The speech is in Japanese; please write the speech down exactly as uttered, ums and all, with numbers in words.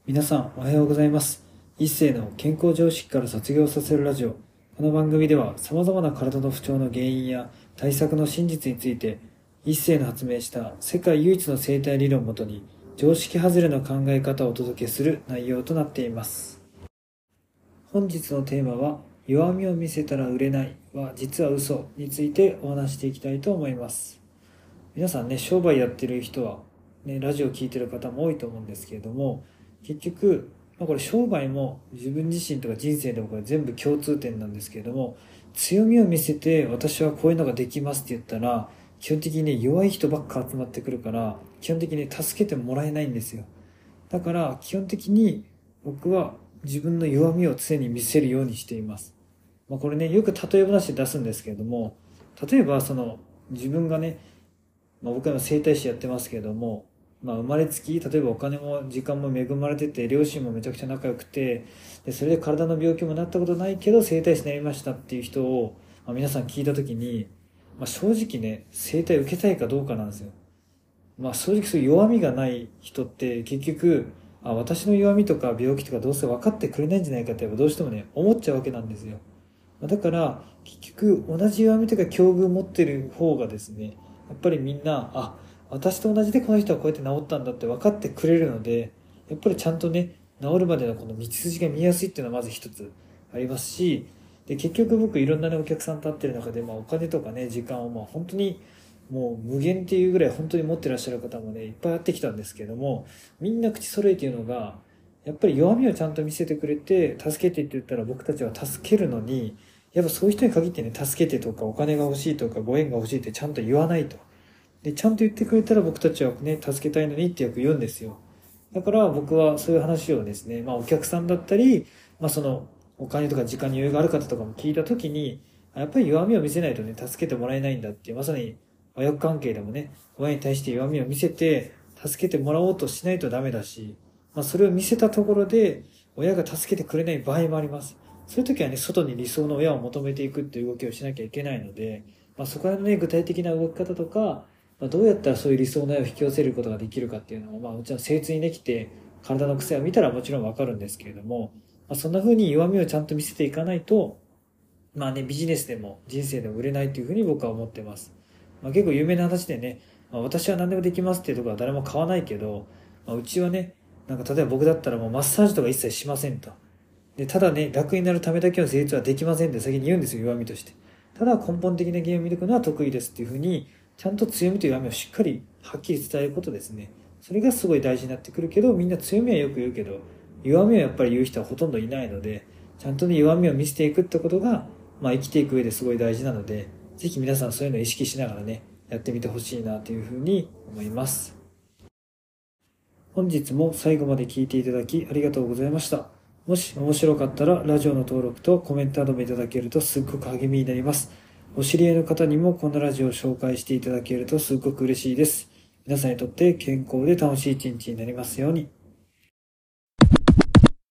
皆さんおはようございます。一世の健康常識から卒業させるラジオ。この番組では様々な体の不調の原因や対策の真実について、一世の発明した世界唯一の生態理論をもとに常識外れの考え方をお届けする内容となっています。本日のテーマは、弱みを見せたら売れないは実は嘘についてお話していきたいと思います。皆さんね、商売やってる人は、ね、ラジオ聞いてる方も多いと思うんですけれども、結局、まあ、これ商売も自分自身とか人生でもこれ全部共通点なんですけれども、強みを見せて私はこういうのができますって言ったら、基本的にね、弱い人ばっか集まってくるから、基本的に助けてもらえないんですよ。だから基本的に僕は自分の弱みを常に見せるようにしています。まあ、これね、よく例え話で出すんですけれども、例えばその自分がね、まあ、僕は整体師やってますけれども、まあ、生まれつき、例えばお金も時間も恵まれてて、両親もめちゃくちゃ仲良くて、でそれで体の病気もなったことないけど、整体師になりましたっていう人を、まあ、皆さん聞いたときに、まあ、正直ね、整体受けたいかどうかなんですよ。まあ、正直そういう弱みがない人って結局、あ、私の弱みとか病気とかどうせ分かってくれないんじゃないかってどうしてもね、思っちゃうわけなんですよ。だから、結局、同じ弱みとか境遇を持ってる方がですね、やっぱりみんな、あ、私と同じでこの人はこうやって治ったんだって分かってくれるので、やっぱりちゃんとね、治るまでのこの道筋が見やすいっていうのはまず一つありますし、で、結局僕いろんなね、お客さんと会ってる中で、まあお金とかね、時間をまあ本当にもう無限っていうぐらい本当に持ってらっしゃる方もね、いっぱい会ってきたんですけども、みんな口揃えて言うのが、やっぱり弱みをちゃんと見せてくれて、助けてって言ったら僕たちは助けるのに、やっぱそういう人に限ってね、助けてとかお金が欲しいとかご縁が欲しいってちゃんと言わないと。で、ちゃんと言ってくれたら僕たちはね、助けたいのにってよく言うんですよ。だから僕はそういう話をですね、まあお客さんだったり、まあそのお金とか時間に余裕がある方とかも聞いたときに、やっぱり弱みを見せないとね、助けてもらえないんだっていう、まさに親子関係でもね、親に対して弱みを見せて、助けてもらおうとしないとダメだし、まあそれを見せたところで、親が助けてくれない場合もあります。そういう時はね、外に理想の親を求めていくっていう動きをしなきゃいけないので、まあそこら辺のね、具体的な動き方とか、まあ、どうやったらそういう理想の絵を引き寄せることができるかっていうのも、まあもちろん精通にできて、体の癖を見たらもちろんわかるんですけれども、まあ、そんな風に弱みをちゃんと見せていかないと、まあね、ビジネスでも人生でも売れないというふうに僕は思ってます。まあ、結構有名な話でね、まあ、私は何でもできますっていうところは誰も買わないけど、まあ、うちはね、なんか例えば僕だったらもうマッサージとか一切しませんと。で、ただね、楽になるためだけの施術はできませんって先に言うんですよ、弱みとして。ただ根本的な原因を見抜くのは得意ですっていうふうに、ちゃんと強みと弱みをしっかりはっきり伝えることですね。それがすごい大事になってくるけど、みんな強みはよく言うけど、弱みはやっぱり言う人はほとんどいないので、ちゃんとね、弱みを見せていくってことが、まあ生きていく上ですごい大事なので、ぜひ皆さんそういうのを意識しながらね、やってみてほしいなというふうに思います。本日も最後まで聞いていただきありがとうございました。もし面白かったらラジオの登録とコメントなどもいただけるとすっごく励みになります。お知り合いの方にもこのラジオを紹介していただけるとすっごく嬉しいです。皆さんにとって健康で楽しい一日になりますように。